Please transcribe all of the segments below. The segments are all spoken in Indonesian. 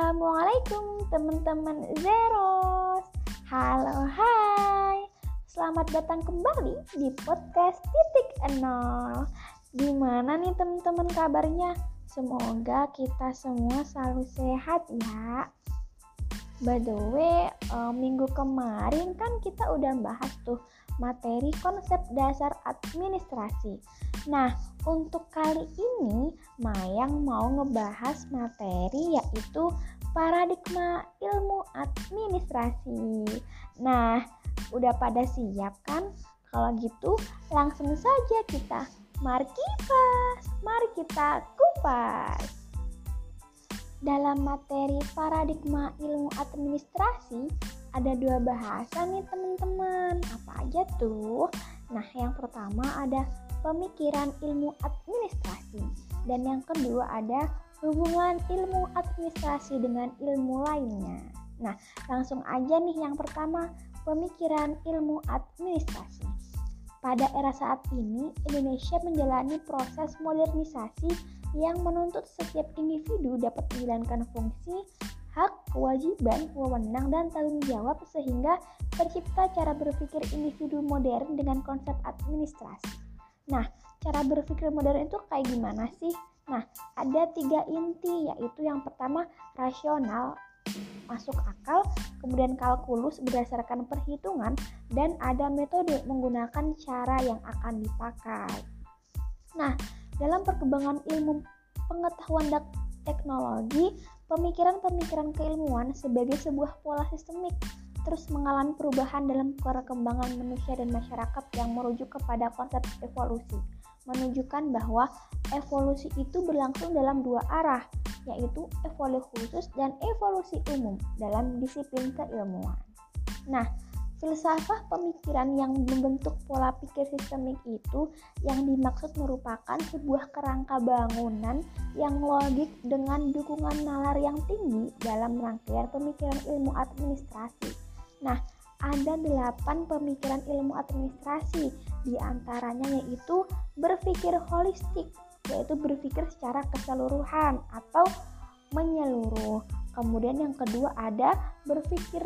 Assalamualaikum teman-teman Zeros. Halo, hai. Selamat datang kembali di podcast Titik Nol. Gimana nih teman-teman kabarnya? Semoga kita semua selalu sehat ya. By the way, minggu kemarin kan kita udah bahas tuh materi konsep dasar administrasi. Nah, untuk kali ini Mayang mau ngebahas materi yaitu paradigma ilmu administrasi. Nah, udah pada siap kan? Kalau gitu langsung saja mari kita kupas. Dalam materi paradigma ilmu administrasi ada dua bahasa nih teman-teman. Apa aja tuh? Nah, yang pertama ada pemikiran ilmu administrasi dan yang kedua ada hubungan ilmu administrasi dengan ilmu lainnya. Nah, langsung aja nih yang pertama, pemikiran ilmu administrasi. Pada era saat ini, Indonesia menjalani proses modernisasi yang menuntut setiap individu dapat menjalankan fungsi, hak, kewajiban, wewenang, dan tanggung jawab sehingga tercipta cara berpikir individu modern dengan konsep administrasi. Nah, cara berpikir modern itu kayak gimana sih? Nah, ada 3 inti, yaitu yang pertama rasional, masuk akal, kemudian kalkulus berdasarkan perhitungan, dan ada metode menggunakan cara yang akan dipakai. Nah, dalam perkembangan ilmu pengetahuan dan teknologi, pemikiran-pemikiran keilmuan sebagai sebuah pola sistemik terus mengalami perubahan dalam perkembangan manusia dan masyarakat yang merujuk kepada konsep evolusi, menunjukkan bahwa evolusi itu berlangsung dalam 2 arah, yaitu evolusi khusus dan evolusi umum dalam disiplin keilmuan. Nah, filsafah pemikiran yang membentuk pola pikir sistemik itu yang dimaksud merupakan sebuah kerangka bangunan yang logik dengan dukungan nalar yang tinggi dalam rangkaian pemikiran ilmu administrasi. Nah, ada 8 pemikiran ilmu administrasi, diantaranya yaitu berpikir holistik, yaitu berpikir secara keseluruhan atau menyeluruh. Kemudian yang kedua ada berpikir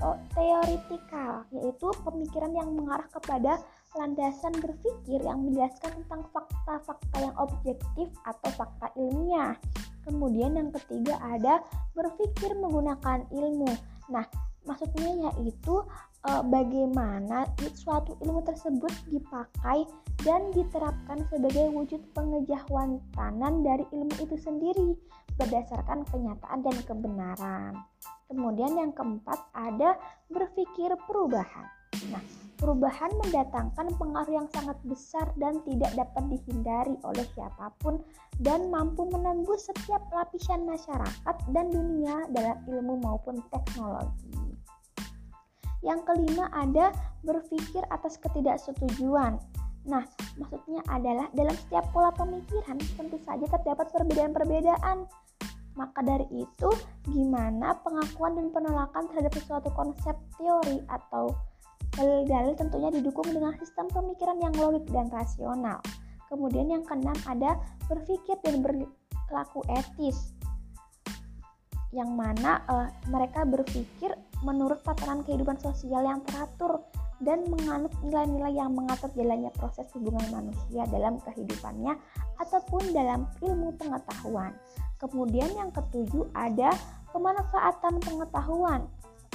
teoritikal, yaitu pemikiran yang mengarah kepada landasan berpikir yang menjelaskan tentang fakta-fakta yang objektif atau fakta ilmiah. Kemudian yang ketiga ada berpikir menggunakan ilmu. Nah, maksudnya yaitu bagaimana suatu ilmu tersebut dipakai dan diterapkan sebagai wujud pengejawatanan dari ilmu itu sendiri berdasarkan kenyataan dan kebenaran. Kemudian yang keempat ada berpikir perubahan. Nah, perubahan mendatangkan pengaruh yang sangat besar dan tidak dapat dihindari oleh siapapun dan mampu menembus setiap lapisan masyarakat dan dunia dalam ilmu maupun teknologi. Yang kelima ada berpikir atas ketidaksetujuan. Nah, maksudnya adalah dalam setiap pola pemikiran tentu saja terdapat perbedaan-perbedaan. Maka dari itu, gimana pengakuan dan penolakan terhadap suatu konsep teori atau dalil-dalil tentunya didukung dengan sistem pemikiran yang logik dan rasional. Kemudian yang keenam ada berpikir dan berlaku etis, yang mana mereka berpikir menurut tatanan kehidupan sosial yang teratur dan menganut nilai-nilai yang mengatur jalannya proses hubungan manusia dalam kehidupannya ataupun dalam ilmu pengetahuan. Kemudian yang ketujuh ada pemanfaatan pengetahuan.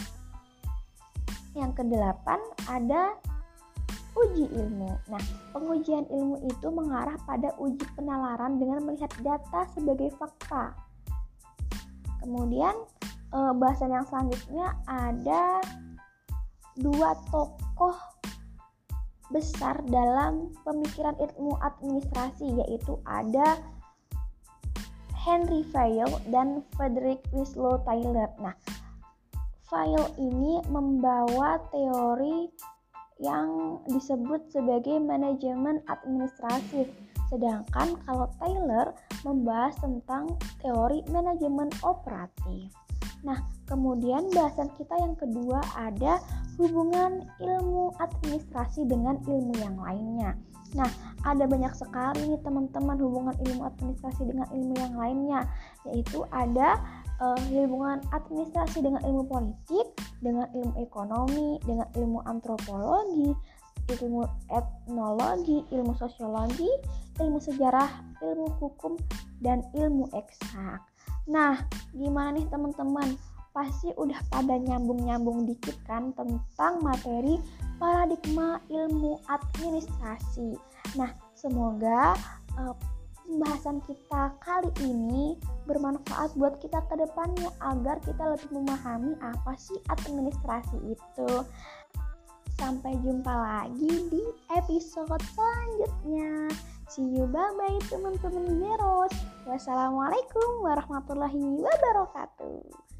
Yang kedelapan ada uji ilmu. Nah, pengujian ilmu itu mengarah pada uji penalaran dengan melihat data sebagai fakta. Kemudian bahasan yang selanjutnya ada 2 tokoh besar dalam pemikiran ilmu administrasi, yaitu ada Henry Fayol dan Frederick Winslow Taylor. Nah, Fayol ini membawa teori yang disebut sebagai manajemen administratif, sedangkan kalau Taylor membahas tentang teori manajemen operatif. Nah, kemudian bahasan kita yang kedua ada hubungan ilmu administrasi dengan ilmu yang lainnya. Nah, ada banyak sekali nih teman-teman hubungan ilmu administrasi dengan ilmu yang lainnya, yaitu ada hubungan administrasi dengan ilmu politik, dengan ilmu ekonomi, dengan ilmu antropologi, ilmu etnologi, ilmu sosiologi, ilmu sejarah, ilmu hukum, dan ilmu eksak. Nah, gimana nih teman-teman? Pasti udah pada nyambung-nyambung dikit kan tentang materi paradigma ilmu administrasi. Nah, semoga pembahasan kita kali ini bermanfaat buat kita ke depannya agar kita lebih memahami apa sih administrasi itu. Sampai jumpa lagi di episode selanjutnya. See you, bye-bye teman-teman Zeros. Wassalamualaikum warahmatullahi wabarakatuh.